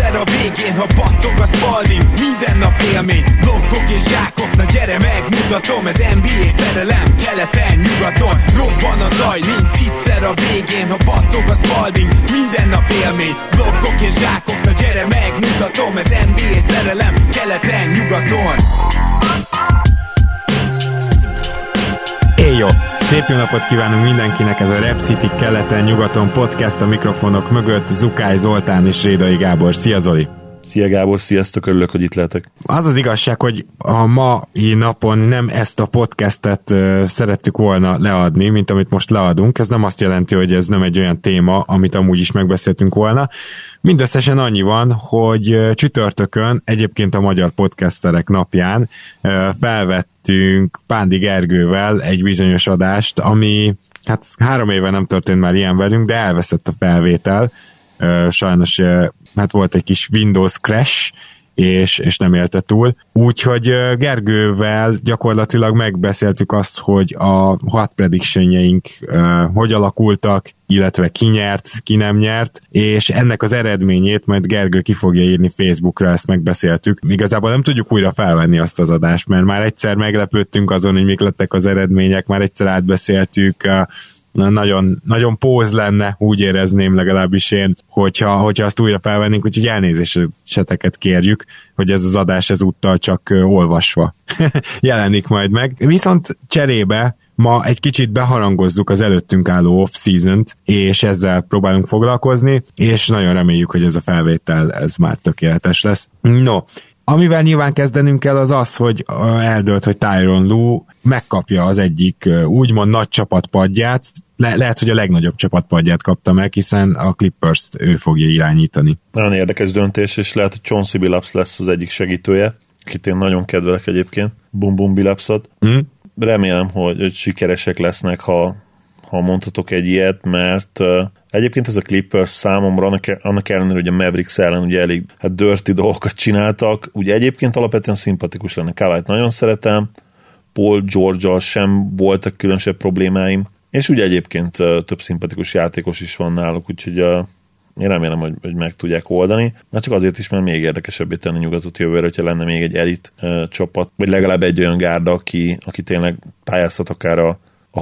Egyszer a végén, ha battog a Spalding, minden nap élmény, blokkok és zsákok, na gyere megmutatom, ez NBA szerelem, keleten, nyugaton, robban a zaj, nincs egyszer a végén, ha battog a Spalding, minden nap élmény, blokkok és zsákok, na gyere megmutatom, ez NBA szerelem, keleten, nyugaton. Éjjó! Szép jó napot kívánunk mindenkinek, ez a Rap City keleten-nyugaton podcast, a mikrofonok mögött Zukály Zoltán és Rédai Gábor. Szia Zoli! Szia Gábor, sziasztok, örülök, hogy itt lehetek. Az az igazság, hogy a mai napon nem ezt a podcastet szerettük volna leadni, mint amit most leadunk. Ez nem azt jelenti, hogy ez nem egy olyan téma, amit amúgy is megbeszéltünk volna. Mindösszesen annyi van, hogy csütörtökön, egyébként a Magyar Podcasterek napján felvettünk Pándi Gergővel egy bizonyos adást, ami hát 3 éve nem történt már ilyen velünk, de elveszett a felvétel. Sajnos hát volt egy kis Windows crash, és nem élte túl. Úgyhogy Gergővel gyakorlatilag megbeszéltük azt, hogy a hot predictionjeink hogy alakultak, illetve ki nyert, ki nem nyert, és ennek az eredményét majd Gergő ki fogja írni Facebookra, ezt megbeszéltük. Igazából nem tudjuk újra felvenni azt az adást, mert már egyszer meglepődtünk azon, hogy mik lettek az eredmények, már egyszer átbeszéltük, nagyon, nagyon póz lenne, úgy érezném legalábbis én, hogyha azt újra felvennénk, úgyhogy elnézéseteket kérjük, hogy ez az adás ezúttal csak olvasva jelenik majd meg. Viszont cserébe ma egy kicsit beharangozzuk az előttünk álló off-season-t, és ezzel próbálunk foglalkozni, és nagyon reméljük, hogy ez a felvétel ez már tökéletes lesz. No, amivel nyilván kezdenünk kell az az, hogy eldőlt, hogy Tyronn Lue megkapja az egyik úgymond nagy csapatpadját, lehet, hogy a legnagyobb csapatpadját kapta meg, hiszen a Clippers-t ő fogja irányítani. Nagyon érdekes döntés, és lehet, hogy Chauncey Billups lesz az egyik segítője, akit én nagyon kedvelek egyébként, Bum Bum Billupsot. Remélem, hogy sikeresek lesznek, ha mondhatok egy ilyet, mert egyébként ez a Clippers számomra, annak ellenére, hogy a Mavericks ellen ugye elég dirty dolgokat csináltak, ugye egyébként alapvetően szimpatikus lenne. Kawait nagyon szeretem, Paul George-al sem voltak különösebb problémáim, és ugye egyébként több szimpatikus játékos is van náluk, úgyhogy én remélem, hogy meg tudják oldani, mert csak azért is, mert még érdekesebbé tenni nyugatot jövőre, hogyha lenne még egy elit csapat, vagy legalább egy olyan gárda, aki tényleg pályázhat akár a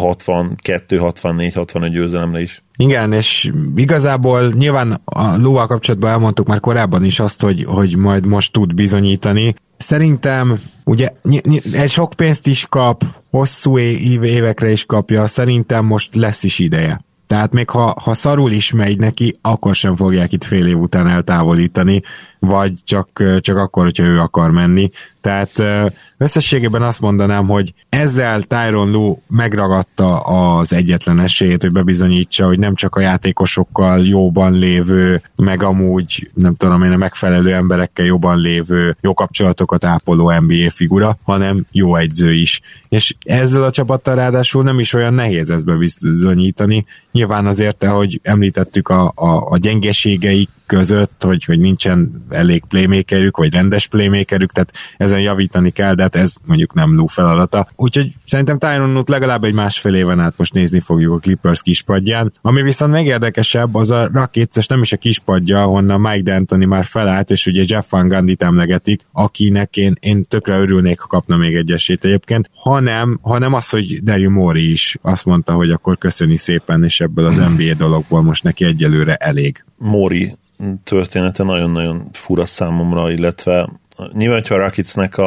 62, 64, 65 győzelemre is. Igen, és igazából nyilván a Lue-val kapcsolatban elmondtuk már korábban is azt, hogy majd most tud bizonyítani. Szerintem ugye egy sok pénzt is kap, hosszú évekre is kapja, szerintem most lesz is ideje. Tehát még ha szarul is megy neki, akkor sem fogják itt fél év után eltávolítani, vagy csak akkor, hogyha ő akar menni. Tehát összességében azt mondanám, hogy ezzel Tyronn Lue megragadta az egyetlen esélyét, hogy bebizonyítsa, hogy nem csak a játékosokkal jóban lévő, meg amúgy nem tudom én, a megfelelő emberekkel jóban lévő, jó kapcsolatokat ápoló NBA figura, hanem jó egyző is. És ezzel a csapattal ráadásul nem is olyan nehéz ezt bebizonyítani. Nyilván azért, ahogy említettük a gyengeségeik között, hogy nincsen elég playmakerük, vagy rendes playmakerük, tehát ezen javítani kell, de hát ez mondjuk nem Lue feladata. Úgyhogy szerintem Tyronn Lue-t legalább egy 1,5 éven át most nézni fogjuk a Clippers kispadján. Ami viszont még érdekesebb, az a Rockets, és nem is a kispadja, ahonnan Mike D'Antoni már felállt, és ugye Jeff Van Gundyt emlegetik, akinek én tökre örülnék, ha kapna még egy esélyt egyébként, hanem az, hogy Daryl Morey is azt mondta, hogy akkor köszöni szépen, és ebből az NBA dologból most neki egyelőre elég. Morey története nagyon-nagyon fura számomra, illetve nyilván, hogyha a Rocketsnek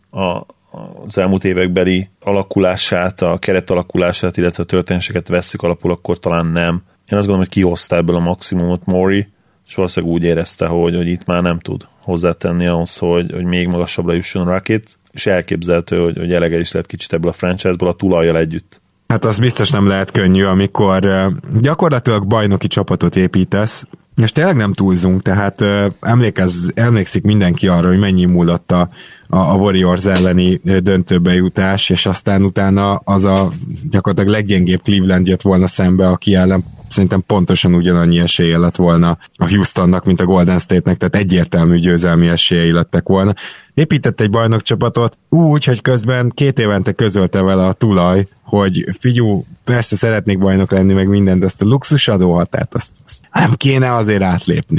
az elmúlt évekbeli alakulását, a keret alakulását, illetve a történéseket vesszük alapul, akkor talán nem. Én azt gondolom, hogy kihozta ebből a maximumot Morey, és valószínűleg úgy érezte, hogy itt már nem tud hozzátenni ahhoz, hogy még magasabbra jusson a Rockets, és elképzelhető, hogy elege is lehet kicsit ebből a franchise-ból a tulajjal együtt. Hát az biztos nem lehet könnyű, amikor gyakorlatilag bajnoki csapatot építesz, és tényleg nem túlzunk, tehát emlékszik mindenki arra, hogy mennyi múlott a Warriors elleni döntőbe jutás, és aztán utána az a gyakorlatilag leggyengébb Cleveland jött volna szembe, aki ellen szerintem pontosan ugyanannyi esélye lett volna a Houstonnak, mint a Golden State-nek, tehát egyértelmű győzelmi esélyei lettek volna. Épített egy bajnokcsapatot úgy, hogy közben 2 évente közölte vele a tulaj, hogy figyú, persze szeretnék bajnok lenni, meg mindent, de ezt a luxusadó határt, azt nem kéne azért átlépni.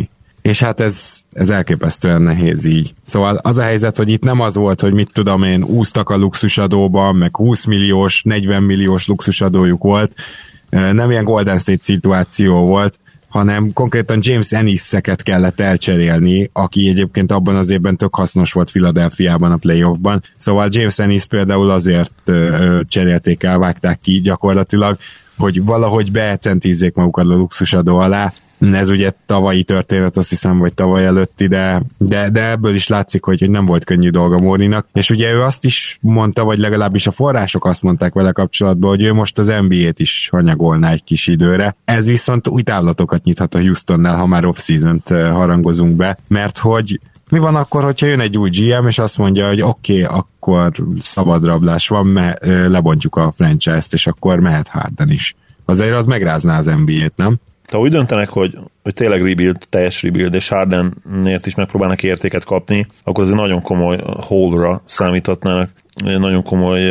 és hát ez elképesztően nehéz így. Szóval az a helyzet, hogy itt nem az volt, hogy mit tudom én, úsztak a luxusadóban, meg 20 milliós, 40 milliós luxusadójuk volt, nem ilyen Golden State szituáció volt, hanem konkrétan James Ennis-eket kellett elcserélni, aki egyébként abban az évben tök hasznos volt Philadelphiában a playoffban. Szóval James Ennis például azért cserélték el, vágták ki gyakorlatilag, hogy valahogy becentízzék magukat a luxusadó alá. Ez ugye tavalyi történet, azt hiszem, vagy tavaly előtti, de ebből is látszik, hogy nem volt könnyű dolga Murraynak, és ugye ő azt is mondta, vagy legalábbis a források azt mondták vele kapcsolatban, hogy ő most az NBA-t is hanyagolná egy kis időre. Ez viszont új távlatokat nyithat a Houstonnál, ha már off-season-t harangozunk be, mert hogy mi van akkor, hogyha jön egy új GM, és azt mondja, hogy oké, akkor szabadrablás van, lebontjuk a franchise-t, és akkor mehet Harden is. Azért az megrázná az NBA-t, nem? Ha úgy döntenek, hogy tényleg rebuild, teljes rebuild, és Hardenért is megpróbálnak értéket kapni, akkor az egy nagyon komoly hole-ra számíthatnának, nagyon komoly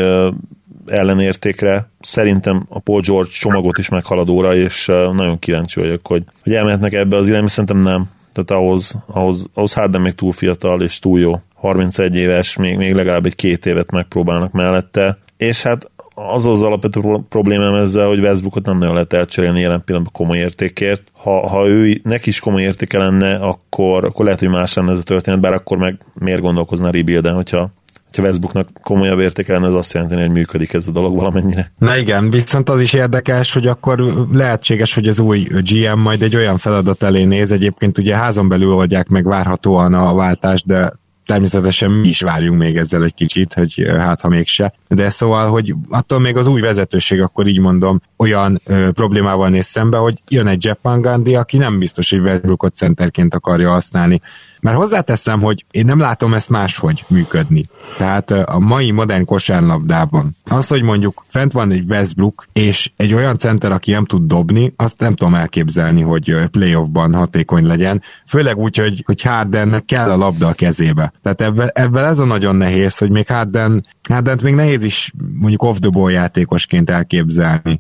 ellenértékre. Szerintem a Paul George csomagot is meghaladóra, és nagyon kíváncsi vagyok, hogy elmehetnek ebbe az irányba, szerintem nem. Tehát ahhoz Harden még túl fiatal és túl jó. 31 éves, még legalább egy 2 évet megpróbálnak mellette, és hát az alapvető problémám ezzel, hogy Westbrookot nem nagyon lehet elcserélni jelen pillanatban komoly értékért. Ha neki is komoly értéke lenne, akkor lehet, hogy más lenne ez a történet, bár akkor meg miért gondolkozna rebuilden, hogyha Westbrooknak komolyabb értéke lenne, ez azt jelenti, hogy működik ez a dolog valamennyire. Na igen, viszont az is érdekes, hogy akkor lehetséges, hogy az új GM majd egy olyan feladat elé néz, egyébként ugye házon belül oldják meg várhatóan a váltást, de természetesen mi is várjunk még ezzel egy kicsit, hogy hát ha mégse. De szóval, hogy attól még az új vezetőség, akkor így mondom, olyan problémával néz szembe, hogy jön egy Jeff Van Gundy, aki nem biztos, hogy Westbrookot centerként akarja használni. Mert hozzáteszem, hogy én nem látom ezt máshogy működni. Tehát a mai modern kosárlabdában az, hogy mondjuk fent van egy Westbrook, és egy olyan center, aki nem tud dobni, azt nem tudom elképzelni, hogy playoffban hatékony legyen. Főleg úgy, hogy Hardennek kell a labda a kezébe. Tehát ebben ez a nagyon nehéz, hogy még Hardent még nehéz is mondjuk off-the-ball játékosként elképzelni.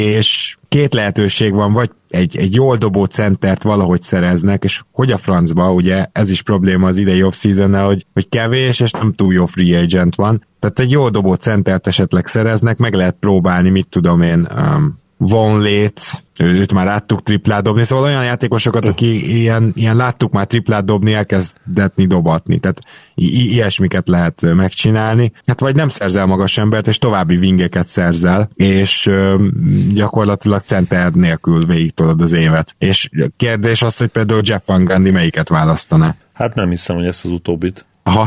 És 2 lehetőség van, vagy egy jól dobó centert valahogy szereznek, és hogy a francba, ugye ez is probléma az idei off-season-nel, hogy kevés, és nem túl jó free agent van. Tehát egy jól dobó centert esetleg szereznek, meg lehet próbálni, mit tudom én, Vonlét, őt már láttuk triplát dobni, szóval olyan játékosokat, aki ilyen láttuk már triplát dobni, elkezdetni dobatni, tehát ilyesmiket lehet megcsinálni. Hát vagy nem szerzel magas embert, és további wingeket szerzel, és gyakorlatilag center nélkül végig tolod az évet. És kérdés az, hogy például Jeff Van Gundy melyiket választaná? Hát nem hiszem, hogy ezt az utóbbit. Aha.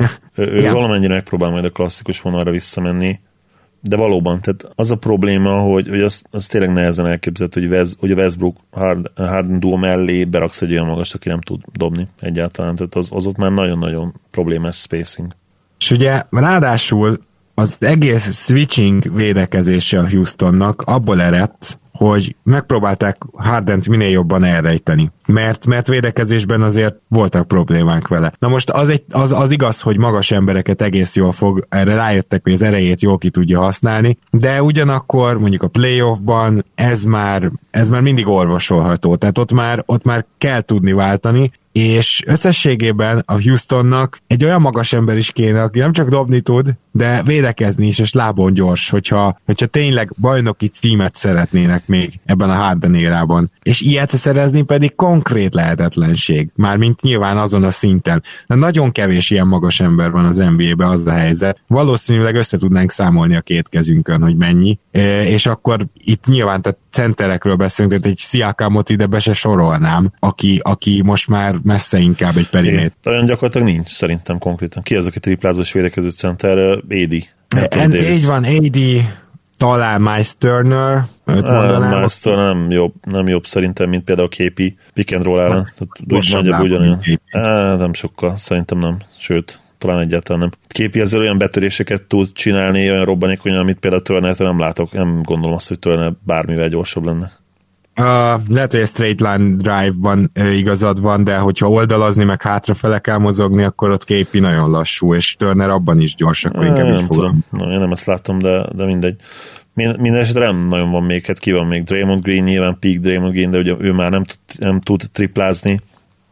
Ő valamennyire megpróbál majd a klasszikus vonalra visszamenni, de valóban, tehát az a probléma, hogy az tényleg nehezen elképzelhető, hogy a Westbrook Harden duo mellé beraksz egy olyan magast, aki nem tud dobni egyáltalán, tehát az ott már nagyon-nagyon problémás spacing. És ugye ráadásul az egész switching védekezése a Houstonnak abból eredt, hogy megpróbálták Hardent minél jobban elrejteni. Mert védekezésben azért voltak problémák vele. Na most az igaz, hogy magas embereket egész jól fog, erre rájöttek, hogy az erejét jól ki tudja használni, de ugyanakkor mondjuk a playoffban ez már mindig orvosolható. Tehát ott már kell tudni váltani, és összességében a Houstonnak egy olyan magas ember is kéne, aki nem csak dobni tud, de védekezni is, és lábon gyors, hogyha tényleg bajnoki címet szeretnének még ebben a Harden érában. És ilyet szerezni pedig konkrét lehetetlenség. Mármint nyilván azon a szinten. De nagyon kevés ilyen magas ember van az NBA-ben, az a helyzet. Valószínűleg össze tudnánk számolni a 2 kezünkön, hogy mennyi. És akkor itt nyilván tehát centerekről beszélünk, tehát egy Siakamot ide be se sorolnám, aki most már messze inkább egy periméter. Olyan gyakorlatilag nincs szerintem konkrétan. Ki az, aki triplázós védekező center? AD. Így van, AD, talán Miles Turner, Miles Turner nem jobb szerintem, mint például a KP pick and roll ellen. Nagyjából ugyanolyan. Nem sokkal, szerintem nem. Sőt, talán egyáltalán nem. KP ezzel olyan betöréseket tud csinálni, olyan robbanékonyan, amit például Turner-től nem látok. Nem gondolom azt, hogy Turner bármivel gyorsabb lenne. Lehet, hogy a straight line drive-ban igazad van, de hogyha oldalazni, meg hátrafele kell mozogni, akkor ott KP nagyon lassú, és Turner abban is gyors, akkor inkább így fogom. Én nem ezt látom, de mindegy. Minden esetre nem nagyon van még, hát ki van még Draymond Green, nyilván peak Draymond Green, de ugye ő már nem tud triplázni,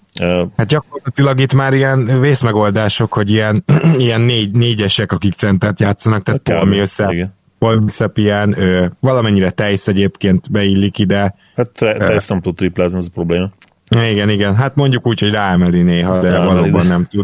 Hát gyakorlatilag itt már ilyen vészmegoldások, hogy ilyen négyesek, akik centert játszanak, tehát Paul Millsap ilyen, valamennyire Theis egyébként beillik ide. Hát Theis nem tud triplázni, ez a probléma. Igen, hát mondjuk úgy, hogy ráemeli néha, de valóban nem tud.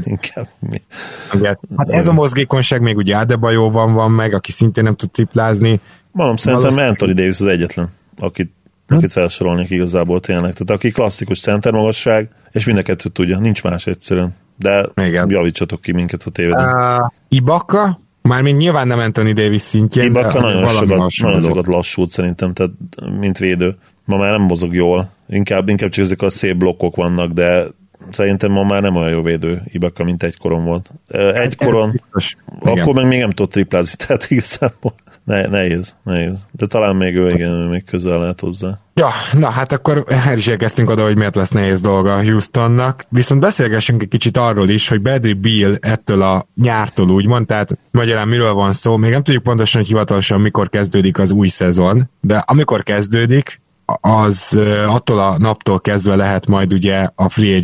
Hát ez a mozgékonyság még ugye Adebayoban van meg, aki szintén nem tud triplázni. Mondom, szerintem Anthony Davis az egyetlen, akit felsorolnék igazából tényleg. Tehát aki klasszikus center magasság, és mind a kettőt tudja, nincs más egyszerűen. De javítsatok ki minket, ha tévedünk. Ibaka, mármint nyilván nem Anthony Davis szintjén. Ibaka nagyon sokat lassult szerintem, tehát mint védő. Ma már nem mozog jól, inkább csak ezek a szép blokkok vannak, de szerintem ma már nem olyan jó védő Ibaka, mint egykoron volt. Egykoron, akkor meg még nem tudott triplázni, tehát igazából nehéz. De talán még még közel lehet hozzá. Ja, na hát akkor el is érkeztünk oda, hogy miért lesz nehéz dolga a Houstonnak. Viszont beszélgessünk egy kicsit arról is, hogy Bradley Beal ettől a nyártól úgymond, tehát magyarán miről van szó, még nem tudjuk pontosan, hogy hivatalosan mikor kezdődik az új szezon, de amikor kezdődik, az attól a naptól kezdve lehet majd ugye a free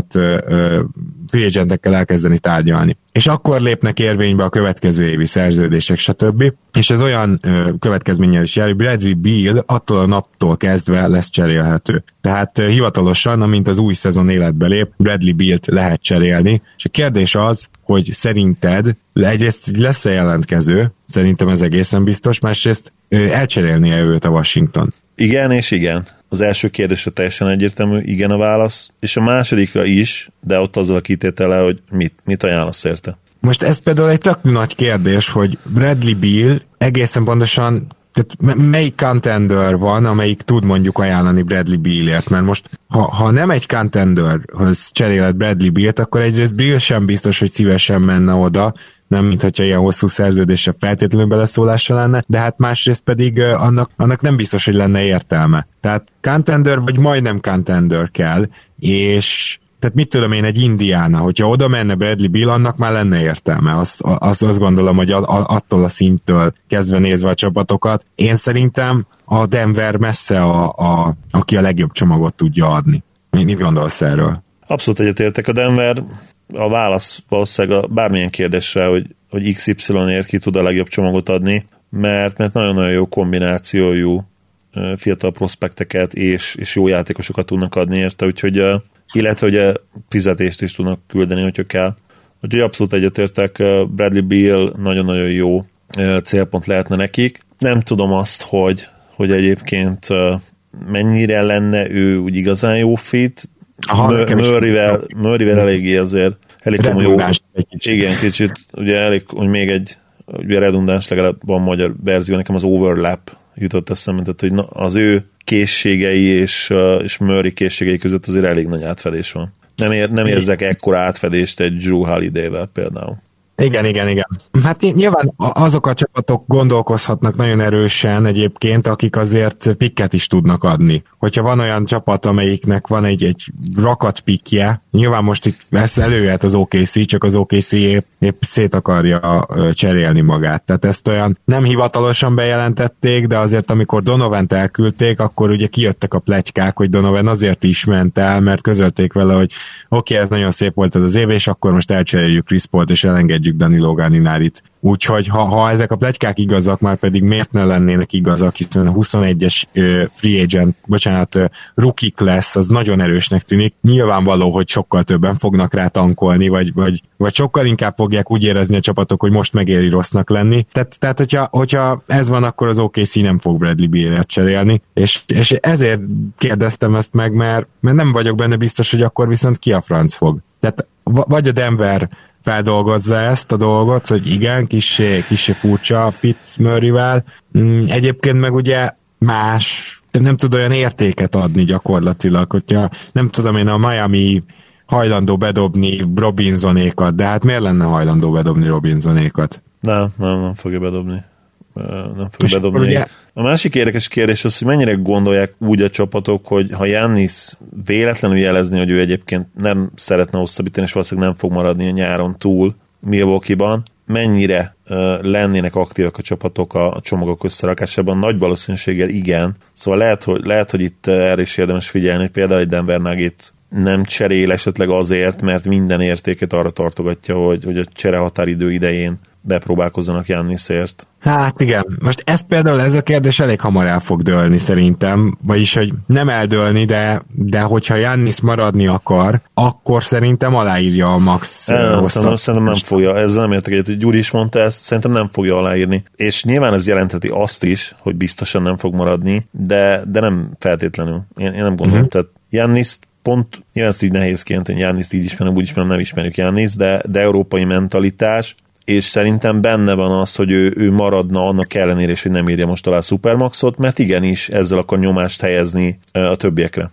agentekkel elkezdeni tárgyalni. És akkor lépnek érvénybe a következő évi szerződések, stb. És ez olyan következménnyel is jár, hogy Bradley Beal attól a naptól kezdve lesz cserélhető. Tehát hivatalosan, amint az új szezon életbe lép, Bradley Bealt lehet cserélni. És a kérdés az, hogy szerinted egyrészt lesz-e jelentkező, szerintem ez egészen biztos, másrészt elcserélnie őt a Washington. Igen és igen. Az első kérdésre teljesen egyértelmű, igen a válasz, és a másodikra is, de ott azzal a kitétele, hogy mit ajánlasz érte. Most ez például egy tök nagy kérdés, hogy Bradley Beal egészen pontosan, tehát melyik contender van, amelyik tud mondjuk ajánlani Bradley Bealért, mert most ha nem egy contenderhöz cseréled Bradley Bealt, akkor egyrészt Beal sem biztos, hogy szívesen menne oda, nem mint hogyha ilyen hosszú szerződésre feltétlenül beleszólása lenne, de hát másrészt pedig annak nem biztos, hogy lenne értelme. Tehát contender vagy majdnem contender kell, és tehát mit tudom én, egy Indiana, hogyha oda menne Bradley Beal, annak már lenne értelme. Azt gondolom, hogy attól a szinttől kezdve nézve a csapatokat. Én szerintem a Denver messze aki a legjobb csomagot tudja adni. Mit gondolsz erről? Abszolút egyetértek. A Denver a válasz valószínűleg bármilyen kérdésre, hogy XY-ért ki tud a legjobb csomagot adni, mert nagyon-nagyon jó kombinációjú fiatal prospekteket és jó játékosokat tudnak adni érte, úgyhogy illetve ugye fizetést is tudnak küldeni, hogyha kell. Úgyhogy abszolút egyetértek, Bradley Beal nagyon-nagyon jó célpont lehetne nekik. Nem tudom azt, hogy egyébként mennyire lenne ő úgy igazán jó fit. Murrayvel eléggé azért elég komoly jó. Igen, kicsit, ugye elég, hogy még egy ugye redundáns, legalább van magyar verzió, nekem az overlap jutott eszembe, tehát hogy az ő készségei és Murray készségei között azért elég nagy átfedés van. Nem érzek ekkora átfedést egy Drew Holiday-vel például. Igen. Hát nyilván azok a csapatok gondolkozhatnak nagyon erősen egyébként, akik azért pikket is tudnak adni. Hogyha van olyan csapat, amelyiknek van egy rakat pikje, nyilván most itt lesz előjöhet az OKC, csak az OKC épp szét akarja cserélni magát. Tehát ezt olyan nem hivatalosan bejelentették, de azért amikor Donovant elküldték, akkor ugye kijöttek a pletykák, hogy Donovan azért is ment el, mert közölték vele, hogy oké, ez nagyon szép volt ez az év, és akkor most elcseréljük Chris Pault, és elengedjük Danilo Gallinari-t. Úgyhogy ha ezek a pletykák igazak, már pedig miért ne lennének igazak, hiszen a 21-es free agent, rookie class, az nagyon erősnek tűnik. Nyilvánvaló, hogy sokkal többen fognak rá tankolni, vagy sokkal inkább fogják úgy érezni a csapatok, hogy most megéri rossznak lenni. Tehát hogyha ez van, akkor az OKC nem fog Bradley Bealért cserélni, és ezért kérdeztem ezt meg, mert nem vagyok benne biztos, hogy akkor viszont ki a franc fog. Tehát vagy a Denver feldolgozza ezt a dolgot, hogy igen, kissé furcsa a fit Murrayvel. Egyébként meg ugye más, nem tud olyan értéket adni gyakorlatilag, hogyha nem tudom én, a Miami hajlandó bedobni Robinsonékat, de hát miért lenne hajlandó bedobni Robinsonékat? Nem fogja bedobni. Nem fogja bedobni. Ugye... A másik érdekes kérdés az, hogy mennyire gondolják úgy a csapatok, hogy ha Giannis véletlenül jelezni, hogy ő egyébként nem szeretne hosszabbítani, és valószínűleg nem fog maradni a nyáron túl Milwaukee-ban, mennyire lennének aktívak a csapatok a csomagok összerakásában, nagy valószínűséggel igen. Szóval lehet, hogy itt erre is érdemes figyelni, hogy például egy Denver Nuggets nem cserél esetleg azért, mert minden értéket arra tartogatja, hogy a cserehatáridő idején bepróbálkozzanak Giannisért. Hát igen, most ez a kérdés elég hamar el fog dőlni szerintem, vagyis, hogy nem eldőlni, de hogyha Giannis maradni akar, akkor szerintem aláírja a max. Szerintem nem fogja, ezzel nem értek egyet, hogy Gyuri is mondta ezt, szerintem nem fogja aláírni. És nyilván ez jelentheti azt is, hogy biztosan nem fog maradni, de nem feltétlenül. Én nem gondolom, tehát Giannis pont, nyilván ezt így nehéz kijelenteni, Giannis így ismerem, úgy ismerem, nem ismerjük Giannis, de európai mentalitás, és szerintem benne van az, hogy ő maradna annak ellenére, és hogy nem írja most alá a Supermaxot, mert igenis ezzel akar nyomást helyezni a többiekre.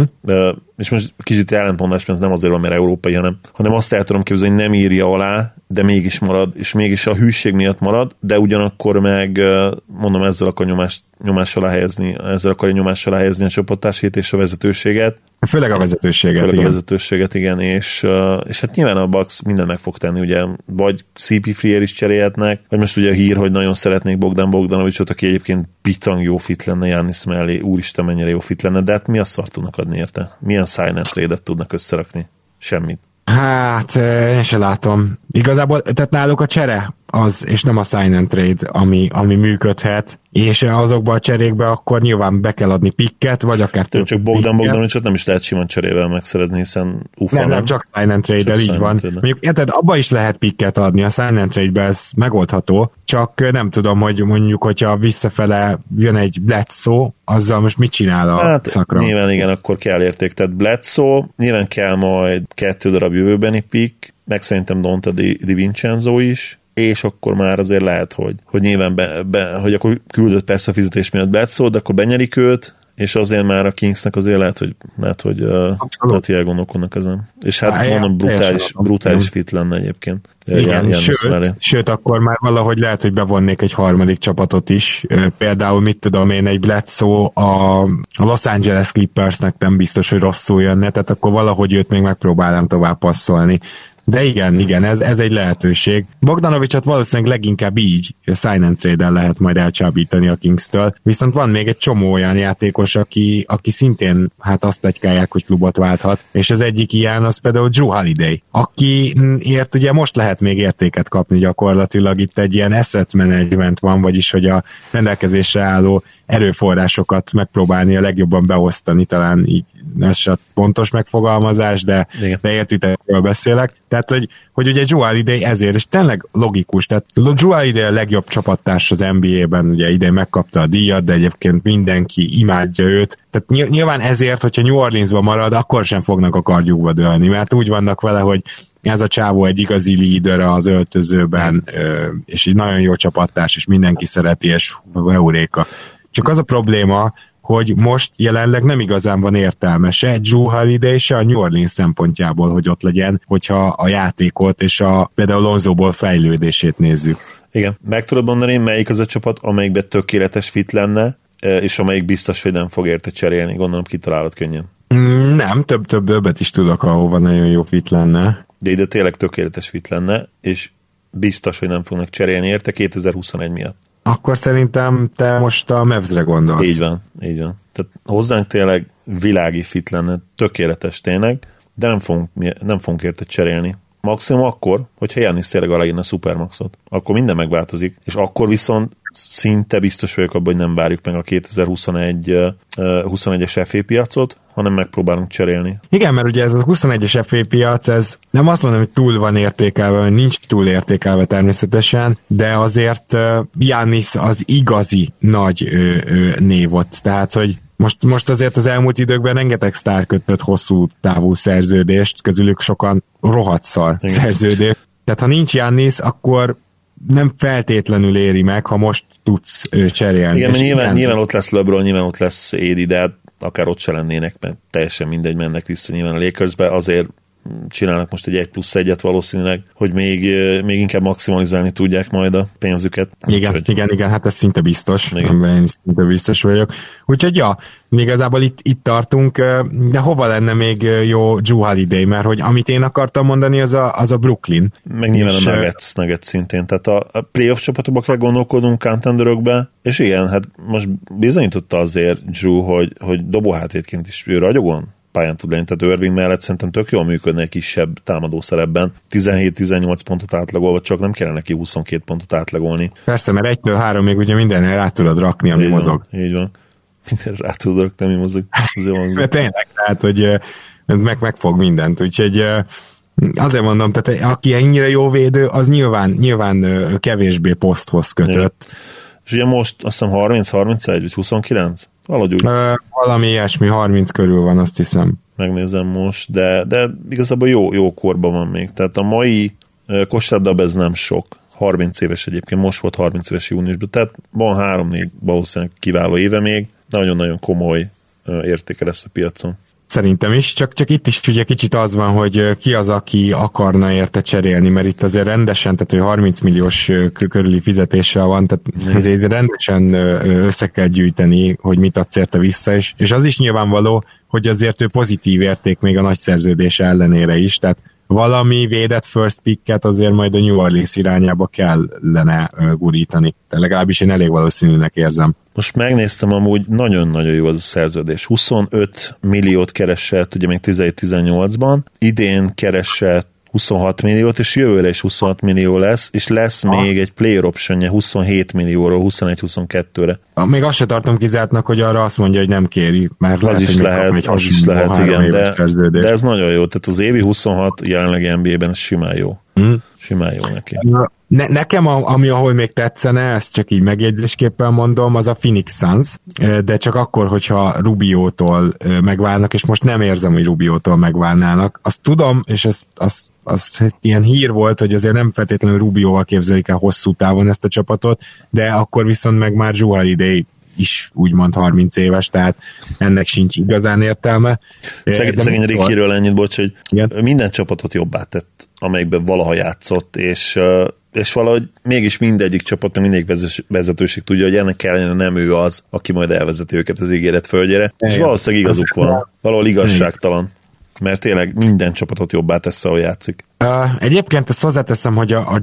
És most kicsit ellentmondás, mert ez nem azért van, mert európai, hanem azt el tudom képzelni, hogy nem írja alá, de mégis marad, és mégis a hűség miatt marad, de ugyanakkor meg, mondom, ezzel akarja nyomás alá helyezni a csapattársait és a vezetőséget. Főleg a vezetőséget, igen, és hát nyilván a Bucks mindent meg fog tenni, ugye, vagy CP3-ért is cserélhetnek, vagy most ugye a hír, hogy nagyon szeretnék Bogdan Bogdanovicsot, aki egyébként bitang jó fit lenne Giannis mellé, úristen, mennyire jó fit lenne, de hát mi a szart tudnak adni érte? Milyen sign and trade-et tudnak összerakni? Semmit. Hát, én se látom. Igazából, tehát náluk a csere az, és nem a sign and trade, ami működhet, és azokba a cserékbe akkor nyilván be kell adni pikket, vagy akár több. Csak Bogdanovicsot nem is lehet simán cserével megszerezni, hiszen nem, csak sign and trade-del, így van. Mondjuk, érted, abba is lehet pikket adni, a sign and trade-be ez megoldható, csak nem tudom, hogy mondjuk, hogyha visszafele jön egy Bledsoe, azzal most mit csinál a szakra? Nyilván igen, akkor kell érték, tehát Bledsoe, nyilván kell majd 2 darab jövőbeni pick, meg szerintem Donte DiVincenzo is, és akkor már azért lehet, hogy nyilván hogy akkor küldött persze a fizetés miatt Bledsoe, de akkor benyerik őt, és azért már a Kingsnek azért lehet, hogy elgondolkodnak ezen. És hát mondom, brutális fit lenne egyébként. Igen, sőt, akkor már valahogy lehet, hogy bevonnék egy harmadik csapatot is. Például, mit tudom én, egy Bledsoe a Los Angeles Clippersnek nem biztos, hogy rosszul jönne, tehát akkor valahogy őt még megpróbálnám tovább passzolni. De igen, ez egy lehetőség. Bogdanovicsot valószínűleg leginkább így sign and trade-el lehet majd elcsábítani a Kingstől, viszont van még egy csomó olyan játékos, aki szintén hát azt pletykálják, hogy klubot válthat, és az egyik ilyen az például Drew Holiday, akiért ugye most lehet még értéket kapni gyakorlatilag, itt egy ilyen asset management van, vagyis hogy a rendelkezésre álló erőforrásokat megpróbálni a legjobban beosztani, talán így ez se pontos megfogalmazás, de értitek, hogy beszélek. Tehát, hogy ugye Drew Holiday ezért, és tényleg logikus, tehát Drew Holiday a legjobb csapattárs az NBA-ben, ugye idén megkapta a díjat, de egyébként mindenki imádja őt. Tehát nyilván ezért, hogyha New Orleansban marad, akkor sem fognak a kardjukba dőlni, mert úgy vannak vele, hogy ez a csávó egy igazi líder az öltözőben, és egy nagyon jó csapattárs, és mindenki szereti, és euréka. Csak az a probléma, hogy most jelenleg nem igazán van értelme se Drew Holiday, se a New Orleans szempontjából, hogy ott legyen, hogyha a játékot és például Lonzóból fejlődését nézzük. Igen, meg tudod mondani, melyik az a csapat, amelyikben tökéletes fit lenne, és amelyik biztos, hogy nem fog érte cserélni, gondolom kitalálod könnyen. Nem, többet is tudok, ahova nagyon jó fit lenne. De ide tényleg tökéletes fit lenne, és biztos, hogy nem fognak cserélni érte 2021 miatt. Akkor szerintem te most a Mavsre gondolsz. Így van. Tehát hozzánk tényleg világi fit lenne, tökéletes tényleg, de nem fogunk érte cserélni. Maximum akkor, hogyha Giannis tényleg aláírna a Supermaxot. Akkor minden megváltozik, és akkor viszont szinte biztos vagyok abban, hogy nem várjuk meg a 2021-es FA piacot, hanem megpróbálunk cserélni. Igen, mert ugye ez a 21-es FA piac, ez nem azt mondom, hogy túl van értékelve, vagy nincs túl értékelve természetesen, de azért Giannis az igazi nagy név ott. Tehát, hogy most azért az elmúlt időkben rengeteg sztár kötött hosszú távú szerződést, közülük sokan rohadt szar szerződést. Tehát ha nincs Giannis, akkor nem feltétlenül éri meg, ha most tudsz cserélni. Igen, mert nyilván ott lesz LeBron, nyilván ott lesz AD, de akár ott se lennének, mert teljesen mindegy, mennek vissza nyilván a Lakersbe, azért csinálnak most egy 1+1-et valószínűleg, hogy még inkább maximalizálni tudják majd a pénzüket. Igen, hát ez szinte biztos. Én szinte biztos vagyok. Úgyhogy igazából itt tartunk, de hova lenne még jó Jrue Holiday, mert hogy amit én akartam mondani, az a Brooklyn. Meg nyilván a Nuggets szintén, tehát a playoff csapatokba kell gondolkodnunk, contenderökbe, és igen, hát most bizonyította azért Jrue, hogy dobóhátvédként is ragyogon pályán tud lenni, tehát Irving mellett szerintem tök jól működne egy kisebb támadó szerepben. 17-18 pontot átlagolva, csak nem kellene neki 22 pontot átlagolni. Persze, mert 1-3 még ugye mindenre rá tudod rakni, ami mozog. Így van. Mindenre rá tudod rakni, ami mozog. De tényleg, tehát, hogy megfog mindent, úgyhogy azért mondom, tehát aki ennyire jó védő, az nyilván kevésbé poszthoz kötött. És ugye most azt hiszem 30-31 vagy 29? Valahogy úgy. Valami ilyesmi, 30 körül van, azt hiszem. Megnézem most, de igazából jó korban van még. Tehát a mai kosárlabda ez nem sok. 30 éves egyébként, most volt 30 éves júniusban, tehát van 3-4 valószínűleg kiváló éve még. Nagyon-nagyon komoly értéke lesz a piacon. Szerintem is, csak itt is ugye kicsit az van, hogy ki az, aki akarna érte cserélni, mert itt azért rendesen, tehát hogy 30 milliós körüli fizetéssel van, tehát ezért rendesen össze kell gyűjteni, hogy mit adsz érte vissza, és az is nyilvánvaló, hogy azért ő pozitív érték még a nagy szerződése ellenére is, tehát valami védett first picket azért majd a New Orleans irányába kellene gurítani. Tehát legalábbis én elég valószínűnek érzem. Most megnéztem, amúgy nagyon-nagyon jó az a szerződés. 25 milliót keresett, ugye még 17-18-ban, idén keresett 26 milliót, és jövőre is 26 millió lesz, és lesz még egy player optionje 27 millióról 21-22-re. Még azt se tartom kizártnak, hogy arra azt mondja, hogy nem kéri, mert az is lehet, igen, de ez nagyon jó, tehát az évi 26 jelenlegi NBA-ben ez simán jó. Simán jó neki. Nekem, ahol még tetszene, ezt csak így megjegyzésképpen mondom, az a Phoenix Suns, de csak akkor, hogyha Rubiótól megválnak, és most nem érzem, hogy Rubiótól megválnának. Azt tudom, és az ilyen hír volt, hogy azért nem feltétlenül Rubióval képzelik el hosszú távon ezt a csapatot, de akkor viszont meg már Jrue Holiday is úgymond 30 éves, tehát ennek sincs igazán értelme. Szegény Rickyről ennyit, bocs, hogy minden csapatot jobbá tett, amelyikben valaha játszott, és valahogy mégis mindegyik csapat, mindegyik vezetőség tudja, hogy ennek ellenére nem ő az, aki majd elvezeti őket az ígéret földjére. És valószínűleg igazuk van. Valahol igazságtalan. Mert tényleg minden csapatot jobbá tesz, ahol játszik. Egyébként ezt hozzáteszem, hogy a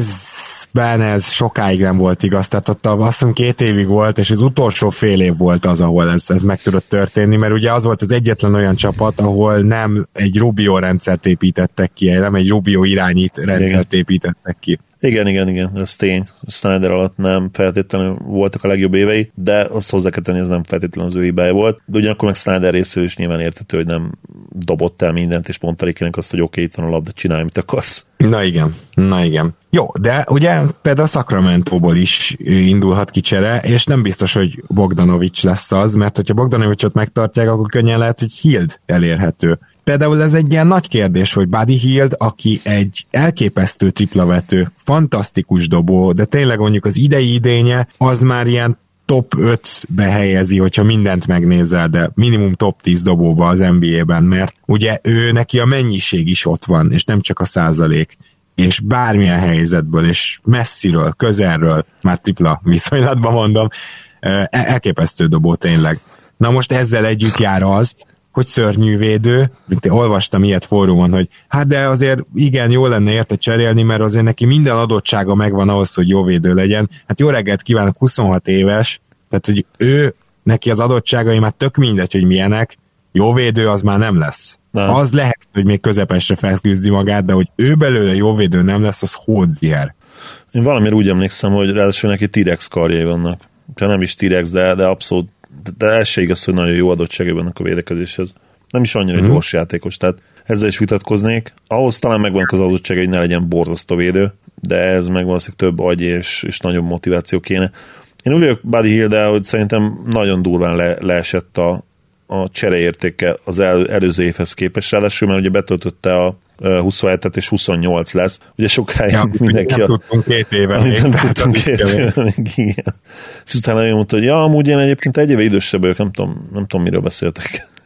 Jazzben ez sokáig nem volt igaz, tehát ott azt hiszem 2 évig volt, és az utolsó fél év volt az, ahol ez meg tudott történni, mert ugye az volt az egyetlen olyan csapat, ahol nem egy Rubio rendszert építettek ki, nem egy Rubio irányít rendszert építettek ki. Igen, ez tény. Snyder alatt nem feltétlenül voltak a legjobb évei, de azt hozzá kell tenni, ez nem feltétlenül az ő hibája volt. De ugyanakkor meg Snyder részéről is nyilván érthető, hogy nem dobott el mindent, és mondta Rickynek azt, hogy oké, itt van a labda, csinálj, mit akarsz. Na igen. Jó, de ugye például Sacramento-ból is indulhat ki csere, és nem biztos, hogy Bogdanovics lesz az, mert hogyha Bogdanovicsot megtartják, akkor könnyen lehet, hogy Hield elérhető. Például ez egy ilyen nagy kérdés, hogy Buddy Hield, aki egy elképesztő triplavető, fantasztikus dobó, de tényleg mondjuk az idei idénye, az már ilyen top 5-be helyezi, hogyha mindent megnézel, de minimum top 10 dobóba az NBA-ben, mert ugye ő neki a mennyiség is ott van, és nem csak a százalék, és bármilyen helyzetből, és messziről, közelről, már tripla viszonylatban mondom, elképesztő dobó tényleg. Na most ezzel együtt jár az, hogy szörnyű védő, olvastam ilyet fórumon, hogy hát de azért igen, jó lenne érte cserélni, mert azért neki minden adottsága megvan ahhoz, hogy jó védő legyen. Hát jó reggelt kívánok, 26 éves, tehát hogy neki az adottságai már tök mindegy, hogy milyenek, jó védő az már nem lesz. Nem. Az lehet, hogy még közepesre felküzdi magát, de hogy ő belőle jó védő nem lesz, az hódzier. Én valamiért úgy emlékszem, hogy ráadásul neki T-Rex karjai vannak. Nem is T-Rex, de abszolút, de ez se igaz, hogy nagyon jó adottságai vannak a védekezéshez. Nem is annyira gyors játékos, tehát ezzel is vitatkoznék. Ahhoz talán megvannak az adottságai, hogy ne legyen borzasztó védő, de ez meg valószínűleg több agy és nagyobb motiváció kéne. Én úgy vagyok Buddy Hield-el, hogy szerintem nagyon durván leesett a csereértéke az előző évhez képest, ráadásul, mert ugye betöltötte a 27-et és 28 lesz. Ugye sokáig mindenki... Nem tudtunk 2 éve még. Nem tudtunk 2 éve még, igen. És utána ő mondta, hogy amúgy én egyébként 1 éve idősebb vagyok, nem tudom miről beszéltek.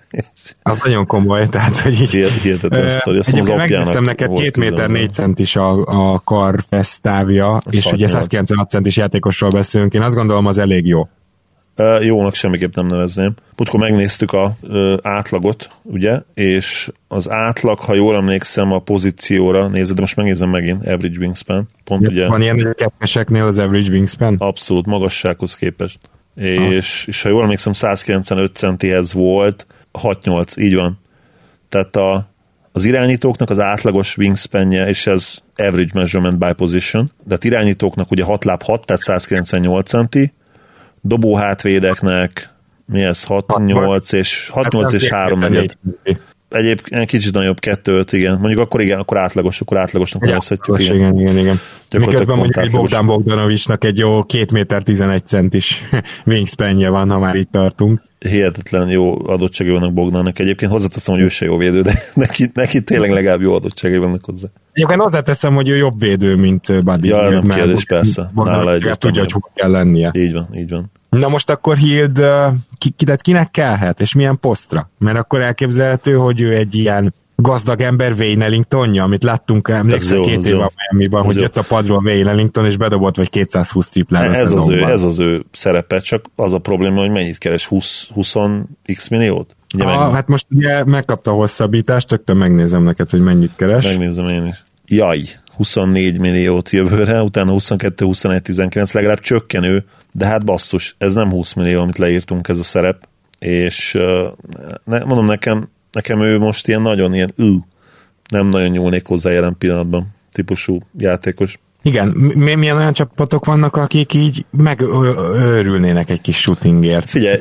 Az nagyon komoly, tehát, hogy így... Hihetetlen sztori. Azt mondom, az megnéztem neked 2 méter 4 centis a karfesz távja, és ugye 196 centis játékosról beszélünk, én azt gondolom, az elég jó. Jónak semmiképp nem nevezném. Múltkor megnéztük az átlagot, ugye, és az átlag, ha jól emlékszem, a pozícióra nézed, de most megnézem megint, average wingspan. Pont, ugye, van ilyen keppeseknél az average wingspan? Abszolút, magassághoz képest. És ha jól emlékszem, 195 centihez volt, 6-8, így van. Tehát az irányítóknak az átlagos wingspanje, és ez average measurement by position, de az irányítóknak ugye 6 láb 6, tehát 198 centi, dobó hátvédeknek mi ez? 6-8 és 3-4. Egyébként kicsit nagyobb 2-5, igen. Mondjuk akkor átlagosnak nevezhetjük. Igen. Miközben mondjuk egy Bogdan Bogdanovicsnak egy jó 2 méter 11 centis wingspanje van, ha már itt tartunk. Hihetetlen jó adottságai vannak Bogdannak. Egyébként hozzáteszem, hogy ő se jó védő, de neki tényleg legalább jó adottságai vannak hozzá. Egyébként hozzáteszem, hogy ő jobb védő, mint Buddy. Ja, nem kérdés, persze. Nála tudja, hogy hol kell lennie. Így van. Na most akkor Hield kinek kellhet, és milyen posztra? Mert akkor elképzelhető, hogy ő egy ilyen gazdag ember Wayne Ellingtonja, amit láttunk, emlékszel 2 éve a Miamiban, hogy jött a padról Wayne Ellington, és bedobott vagy 220 triplát. Ez az ő szerepe, csak az a probléma, hogy mennyit keres, 20x milliót? Hát most ugye megkapta a hosszabbítást, rögtön megnézem neked, hogy mennyit keres. Megnézem én is. Jaj, 24 milliót jövőre, utána 22, 21, 19, legalább csökkenő, de hát basszus, ez nem 20 millió, amit leírtunk, ez a szerep, és mondom nekem ő most ilyen nagyon ilyen nem nagyon nyúlnék hozzá jelen pillanatban típusú játékos. Igen, milyen olyan csapatok vannak, akik így megőrülnének egy kis shootingért? Figyelj,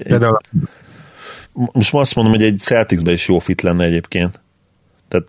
most azt mondom, hogy egy Celticsben is jó fit lenne egyébként. Tehát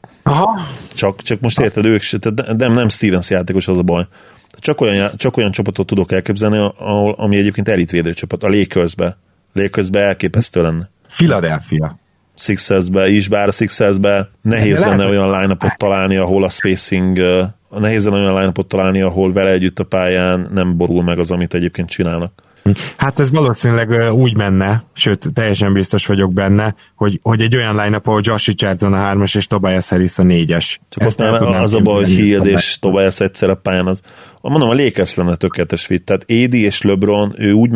csak most érted, ők nem Stevens játékos, az a baj. Csak olyan csapatot tudok elképzelni, ami egyébként elitvédő csapat. A Lakersbe elképesztő lenne. Philadelphia. Sixersbe is, bár a Sixersbe nehéz lenne olyan line-upot találni, ahol a spacing, nehéz lenne olyan line-upot találni, ahol vele együtt a pályán nem borul meg az, amit egyébként csinálnak. Hát ez valószínűleg úgy menne, sőt, teljesen biztos vagyok benne, hogy egy olyan line-up, ahol Josh Richardson a 3-as és Tobias Harris a 4-es. Csak az a baj, hogy Hield és Tobias egyszer a pályán az. Mondom, a Lakers lenne tökéletes fit. Tehát AD és LeBron,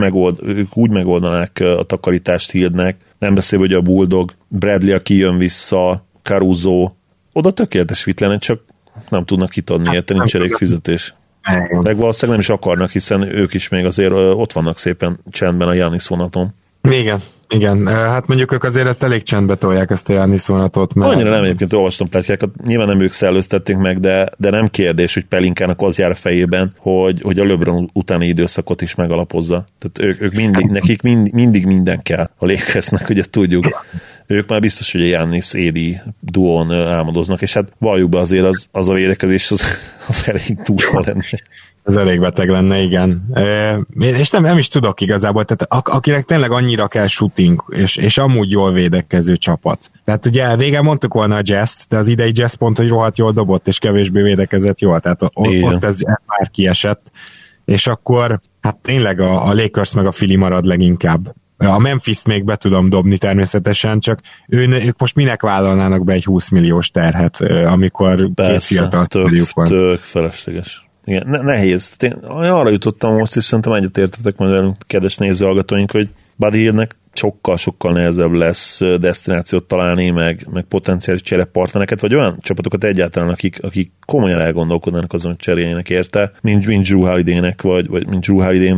ők úgy megoldanák a takarítást Hieldnek, nem beszélve, hogy a Bulldog, Bradley, aki jön vissza, Caruso, oda tökéletes fit lenne, csak nem tudnak kitadni, érte, nincs elég fizetés. Meg valószínűleg nem is akarnak, hiszen ők is még azért ott vannak szépen csendben a Giannis vonaton. Igen. Hát mondjuk ők azért ezt elég csendbe tolják, ezt a Giannis vonatot. Mert... Annyira nem, egyébként olvastam plettyákat, nyilván nem ők szellőztették meg, de nem kérdés, hogy Pelinkának az jár a fejében, hogy a LeBron utáni időszakot is megalapozza. Tehát ők nekik mindig minden kell a Lakersnek, ugye tudjuk. Ők már biztos, hogy a Giannis AD duón álmodoznak, és hát valljuk be azért az a védekezés az elég durva lenne. Ez elég beteg lenne, igen. És nem is tudok igazából, tehát akinek tényleg annyira kell shooting, és amúgy jól védekező csapat. Tehát ugye régen mondtuk volna a Jazz-t, de az idei Jazz pont, hogy rohadt jól dobott, és kevésbé védekezett jól, tehát ott ez már kiesett. És akkor hát tényleg a Lakers meg a Philly marad leginkább. A Memphis még be tudom dobni természetesen, csak ők most minek vállalnának be egy 20 milliós terhet, amikor két fiatal sztoriuk van. Tök felesleges. Igen, nehéz. Arra jutottam most, és szerintem egyetértetek majd velünk, kedves nézőhallgatóink, hogy Buddy Hieldnek sokkal nehezebb lesz desztinációt találni, meg potenciális cserepartnereket, vagy olyan csapatokat egyáltalán, akik komolyan elgondolkodnának azon, hogy cseréljenek érte, mint Drew Holiday-nek, vagy mint Drew Holiday-n,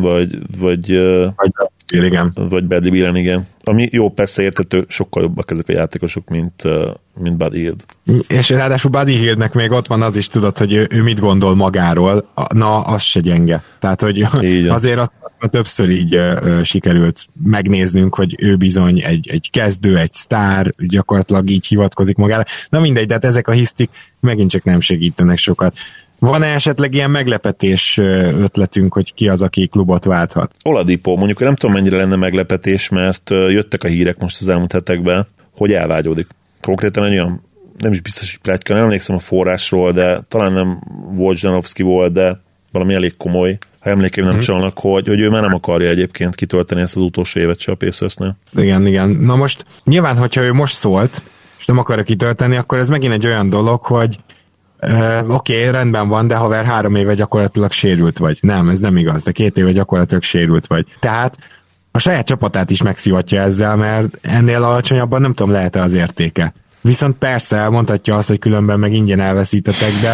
vagy Bradley Beal, igen. Ami jó, persze értető, sokkal jobbak ezek a játékosok, mint Buddy Hield. És ráadásul Buddy Hieldnek még ott van az is, tudod, hogy ő mit gondol magáról, na, az se gyenge. Tehát, hogy azért többször így sikerült megnéznünk, hogy ő bizony egy kezdő, egy sztár, gyakorlatilag így hivatkozik magára. Na mindegy, de hát ezek a hisztik megint csak nem segítenek sokat. Van-e esetleg ilyen meglepetés ötletünk, hogy ki az, aki klubot válthat? Oladipo, mondjuk nem tudom, mennyire lenne meglepetés, mert jöttek a hírek most az elmúlt hetekben, hogy elvágyódik. Konkrétan egy olyan, nem is biztos, hogy pletyka, nem emlékszem a forrásról, de talán nem Wojnarowski volt, de valami elég komoly. ha emlékeim nem csalnak, hogy ő már nem akarja egyébként kitölteni ezt az utolsó évet se a Pacersnél. Igen. Na most nyilván, hogyha ő most szólt, és nem akarja kitölteni, akkor ez megint egy olyan dolog, hogy oké, rendben van, de haver 3 éve gyakorlatilag sérült vagy. Nem, ez nem igaz, de 2 éve gyakorlatilag sérült vagy. Tehát a saját csapatát is megszivatja ezzel, mert ennél alacsonyabban nem tudom, lehet-e az értéke. Viszont persze mondhatja azt, hogy különben meg ingyen elveszítetek, de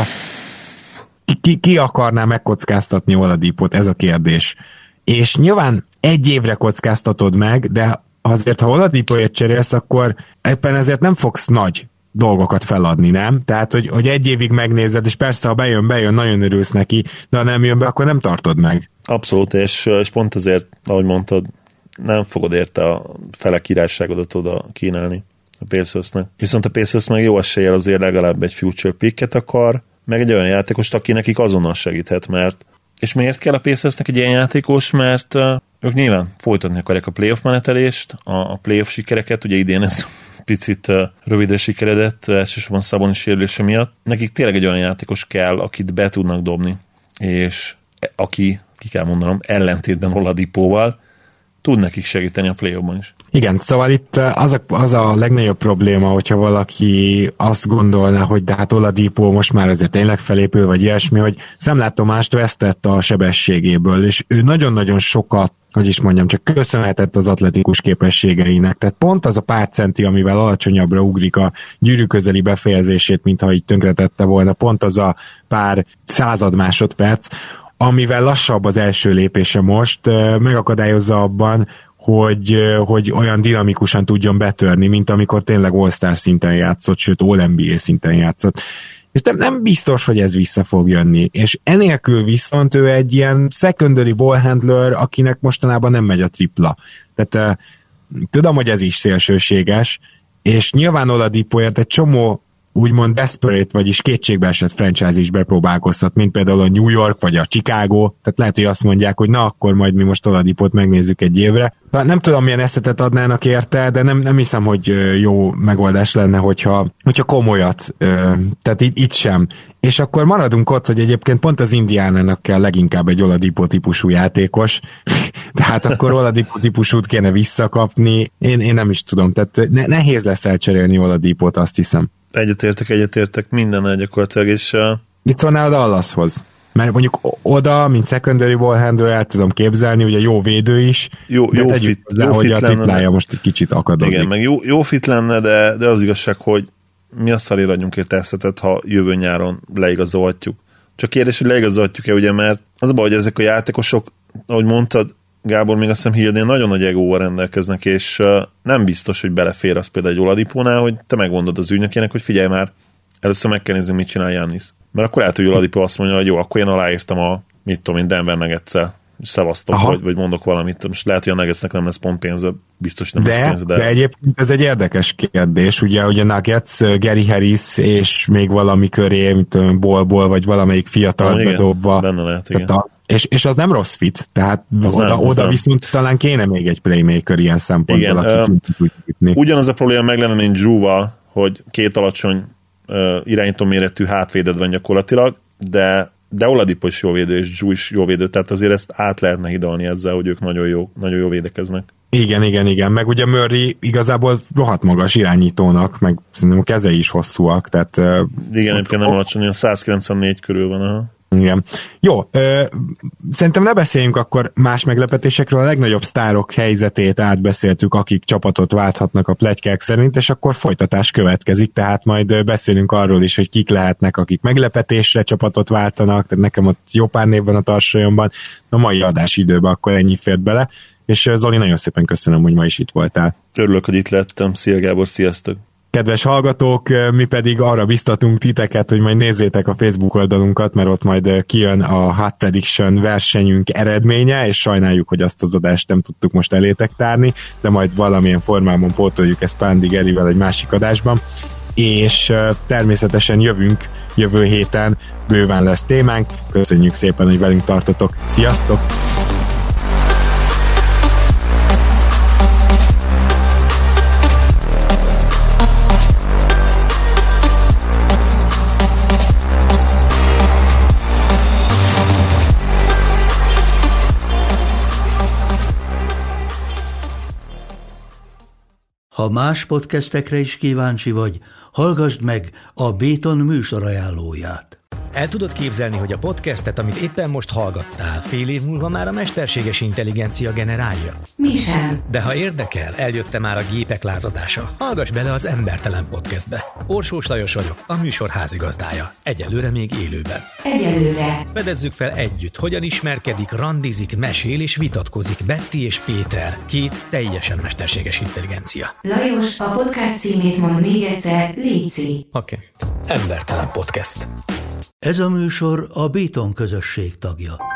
ki akarná megkockáztatni Oladipót, ez a kérdés. És nyilván 1 évre kockáztatod meg, de azért, ha Oladipóért cserélsz, akkor éppen ezért nem fogsz nagy dolgokat feladni, nem? Tehát, hogy 1 évig megnézed, és persze, ha bejön, nagyon örülsz neki, de ha nem jön be, akkor nem tartod meg. Abszolút, és pont ezért, ahogy mondtad, nem fogod érte a fele királyságodat oda kínálni a Pacersnek. Viszont a Pacers meg jó eséllyel azért legalább egy future picket akar, meg egy olyan játékost, aki nekik azonnal segíthet, mert és miért kell a Pacersnek egy ilyen játékos, mert ők nyilván folytatni akarják a playoff menetelést, a playoff sikereket, ugye idén ez picit rövidre sikeredett, elsősorban Szabonis sérülése miatt. Nekik tényleg egy olyan játékos kell, akit be tudnak dobni, és aki, ki kell mondanom, ellentétben Oladipóval tud nekik segíteni a play-offban is. Igen, szóval itt az a legnagyobb probléma, hogyha valaki azt gondolná, hogy de hát Oladipo most már azért tényleg felépül, vagy ilyesmi, hogy szemlátomást vesztett a sebességéből, és ő nagyon-nagyon sokat, hogy is mondjam, csak köszönhetett az atletikus képességeinek. Tehát pont az a pár centi, amivel alacsonyabbra ugrik a gyűrű közeli befejezését, mintha így tönkretette volna, pont az a pár század másodperc, amivel lassabb az első lépése most, megakadályozza abban, hogy olyan dinamikusan tudjon betörni, mint amikor tényleg All-Star szinten játszott, sőt All-NBA szinten játszott. És nem biztos, hogy ez vissza fog jönni. És enélkül viszont ő egy ilyen secondary ball handler, akinek mostanában nem megy a tripla. Tehát tudom, hogy ez is szélsőséges, és nyilván Oladipoért egy csomó úgymond desperate, vagyis kétségbeesett franchise is bepróbálkozhat, mint például a New York, vagy a Chicago, tehát lehet, hogy azt mondják, hogy na, akkor majd mi most Oladipót megnézzük 1 évre. Nem tudom, milyen eszetet adnának érte, de nem hiszem, hogy jó megoldás lenne, hogyha komolyat, tehát itt sem. És akkor maradunk ott, hogy egyébként pont az Indiánának kell leginkább egy Oladipo típusú játékos, tehát akkor Oladipo típusút kéne visszakapni, én nem is tudom, tehát nehéz lesz elcserélni Oladipót, azt hiszem. Egyetértek mindennel gyakorlatilag, és... Mit szólnál a Dallashoz? Mert mondjuk oda, mint secondary ball handler el tudom képzelni, ugye jó védő is, jó fit, hozzá, jó hogy fit a triplája most egy kicsit akadozik. Igen, meg jó fit lenne, de az igazság, hogy mi a szarért adjunk egy teszetet, ha jövő nyáron leigazolhatjuk. Csak kérdés, hogy leigazolhatjuk-e, ugye, mert az a baj, hogy ezek a játékosok, ahogy mondtad, Gábor, még azt hiszem Hildén nagyon nagy egóval rendelkeznek, és nem biztos, hogy belefér az például egy Oladipónál, hogy te megmondod az ügynökének, hogy figyelj már, először meg kell nézni, mit csinál Giannis. Mert akkor lehet, hogy Oladipo azt mondja, hogy jó, akkor én aláírtam a, mit tudom én, Denver Nuggets-szel, és szevasztok, vagy mondok valamit. Most lehet, hogy a Nuggetsnek nem lesz pont pénze, biztos nem lesz pénze. De egyébként ez egy érdekes kérdés, ugye a Nuggets, Gary Harris és még valami köré, mint Ball, vagy valamelyik fiatal bedobva. Benne lehet, igen. És az nem rossz fit, tehát oda viszont talán kéne még egy playmaker ilyen szempontból, aki tud jutni. Ugyanaz a probléma meg lenne, mint Drew-val, hogy 2 alacsony irányító méretű hátvéded van gyakorlatilag, de Oladipo is jó védő, és Drew is jó védő, tehát azért ezt át lehetne hidalni ezzel, hogy ők nagyon jó védekeznek. Igen, meg ugye Murray igazából rohadt magas irányítónak, meg szerintem a kezei is hosszúak, tehát... Igen, egyébként nem alacsony, olyan 194 körül van, aha. Igen. Jó, szerintem ne beszéljünk akkor más meglepetésekről, a legnagyobb sztárok helyzetét átbeszéltük, akik csapatot válthatnak a pletykák szerint, és akkor folytatás következik, tehát majd beszélünk arról is, hogy kik lehetnek, akik meglepetésre csapatot váltanak, tehát nekem ott jó pár név van a tarsolyomban, a mai adásidőben akkor ennyi fért bele, és Zoli, nagyon szépen köszönöm, hogy ma is itt voltál. Örülök, hogy itt lettem. Szia Gábor, sziasztok! Kedves hallgatók, mi pedig arra biztatunk titeket, hogy majd nézzétek a Facebook oldalunkat, mert ott majd kijön a Hot Prediction versenyünk eredménye, és sajnáljuk, hogy azt az adást nem tudtuk most elétek tárni, de majd valamilyen formában pótoljuk ezt Pándi Gerivel egy másik adásban, és természetesen jövünk jövő héten, bőven lesz témánk. Köszönjük szépen, hogy velünk tartotok. Sziasztok! Ha más podcastekre is kíváncsi vagy, hallgassd meg a Béton műsor ajánlóját. El tudod képzelni, hogy a podcastet, amit éppen most hallgattál, fél év múlva már a mesterséges intelligencia generálja? Mi sem. De ha érdekel, eljött már a gépek lázadása. Hallgass bele az Embertelen Podcastbe. Orsós Lajos vagyok, a műsor házigazdája. Egyelőre még élőben. Egyelőre. Fedezzük fel együtt, hogyan ismerkedik, randizik, mesél és vitatkozik Betty és Péter, két teljesen mesterséges intelligencia. Lajos, a podcast címét mond még egyszer, léci. Oké. Embertelen Podcast. Ez a műsor a Béton közösség tagja.